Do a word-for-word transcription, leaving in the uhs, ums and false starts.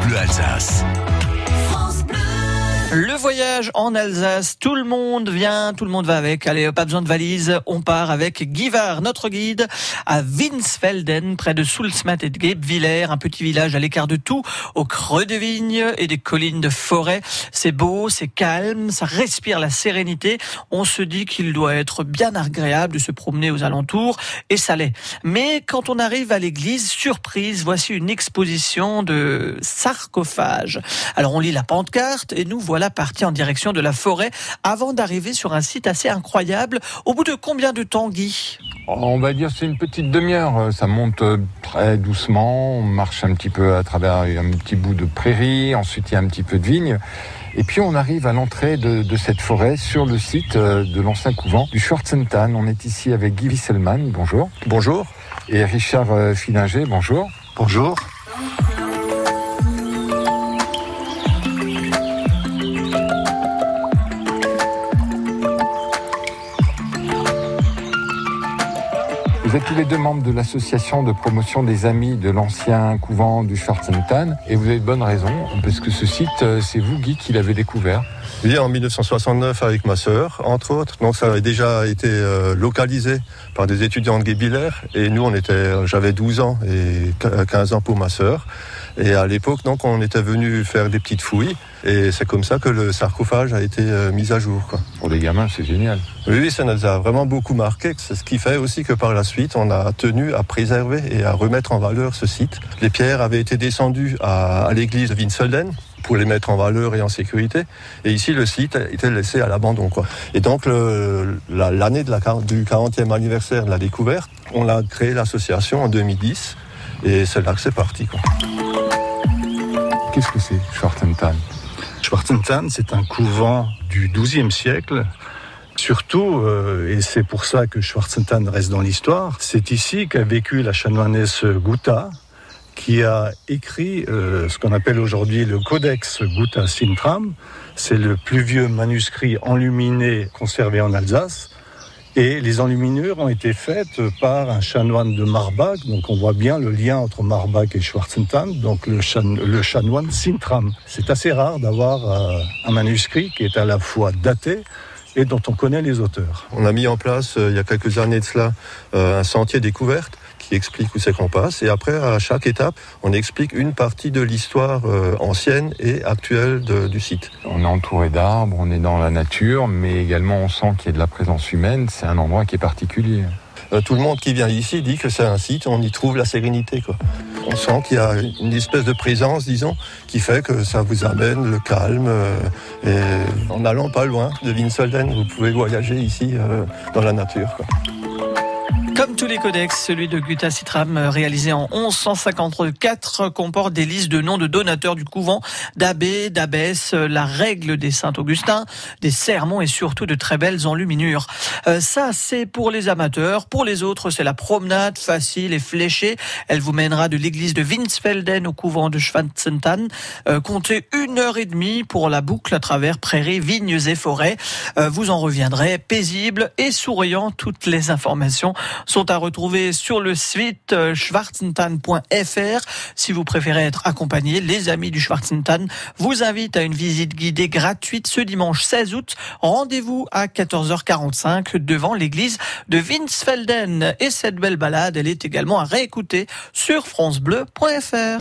Bleu Alsace. Le voyage en Alsace, tout le monde vient, tout le monde va avec. Allez, pas besoin de valise, on part avec Guy Var, notre guide, à Winsfelden, près de Soulsmat et de Guebwiller, un petit village à l'écart de tout, au creux des vignes et des collines de forêt. C'est beau, c'est calme, ça respire la sérénité. On se dit qu'il doit être bien agréable de se promener aux alentours, et ça l'est. Mais quand on arrive à l'église, surprise, voici une exposition de sarcophages. Alors on lit la pancarte et nous voilà partis en direction de la forêt avant d'arriver sur un site assez incroyable. Au bout de combien de temps, Guy ? On va dire c'est une petite demi-heure. Ça monte très doucement. On marche un petit peu à travers un petit bout de prairie. Ensuite, il y a un petit peu de vigne. Et puis, on arrive à l'entrée de, de cette forêt sur le site de l'ancien couvent du Schwarzentan. On est ici avec Guy Wisselman. Bonjour. Bonjour. Et Richard Fillinger. Bonjour. Bonjour. Vous êtes tous les deux membres de l'association de promotion des amis de l'ancien couvent du Schwarzentan. Et vous avez de bonnes raisons, parce que ce site, c'est vous, Guy, qui l'avez découvert. Oui, en dix-neuf cent soixante-neuf avec ma sœur, entre autres. Donc ça avait déjà été euh, localisé par des étudiants de Guebwiller. Et nous, on était, j'avais douze ans et quinze ans pour ma sœur. Et à l'époque, donc, on était venu faire des petites fouilles. Et c'est comme ça que le sarcophage a été euh, mis à jour, quoi. Pour les gamins, c'est génial. Oui, ça nous a vraiment beaucoup marqué. C'est ce qui fait aussi que par la suite, on a tenu à préserver et à remettre en valeur ce site. Les pierres avaient été descendues à, à l'église de Winsfelden pour les mettre en valeur et en sécurité. Et ici, le site a été laissé à l'abandon, quoi. Et donc, le, la, l'année de la, du quarantième anniversaire de la découverte, on a créé l'association en deux mille dix. Et c'est là que c'est parti, quoi. Qu'est-ce que c'est, Schwarzentan ? Schwarzentan, c'est un couvent du douzième siècle. Surtout, euh, et c'est pour ça que Schwarzentan reste dans l'histoire, c'est ici qu'a vécu la chanoinesse Gutta, qui a écrit euh, ce qu'on appelle aujourd'hui le Codex Gutta Sintram. C'est le plus vieux manuscrit enluminé conservé en Alsace. Et les enluminures ont été faites par un chanoine de Marbach. Donc on voit bien le lien entre Marbach et Schwarzentan, donc le, chan- le chanoine Sintram. C'est assez rare d'avoir euh, un manuscrit qui est à la fois daté et dont on connaît les auteurs. On a mis en place, euh, il y a quelques années de cela, euh, un sentier découverte qui explique où c'est qu'on passe. Et après, à chaque étape, on explique une partie de l'histoire euh, ancienne et actuelle de, du site. On est entouré d'arbres, on est dans la nature, mais également on sent qu'il y a de la présence humaine. C'est un endroit qui est particulier. Euh, tout le monde qui vient ici dit que c'est un site où on y trouve la sérénité, quoi. On sent qu'il y a une espèce de présence, disons, qui fait que ça vous amène le calme. Euh, et en n'allant pas loin de Winsfelden, vous pouvez voyager ici euh, dans la nature, quoi. Comme tous les codex, celui de Gutta Sintram, réalisé en onze cent cinquante-quatre, comporte des listes de noms de donateurs du couvent, d'abbés, d'abbesses, la règle des Saint-Augustin, des sermons et surtout de très belles enluminures. Euh, ça, c'est pour les amateurs. Pour les autres, c'est la promenade facile et fléchée. Elle vous mènera de l'église de Winsfelden au couvent de Schwarzentan. Euh, comptez une heure et demie pour la boucle à travers prairies, vignes et forêts. Euh, vous en reviendrez paisible et souriant. Toutes les informations sont à retrouver sur le site schwarzentan point f r. Si vous préférez être accompagné, les amis du Schwarzentan vous invitent à une visite guidée gratuite ce dimanche seize août. Rendez-vous à quatorze heures quarante-cinq devant l'église de Winsfelden. Et cette belle balade, elle est également à réécouter sur francebleu point f r.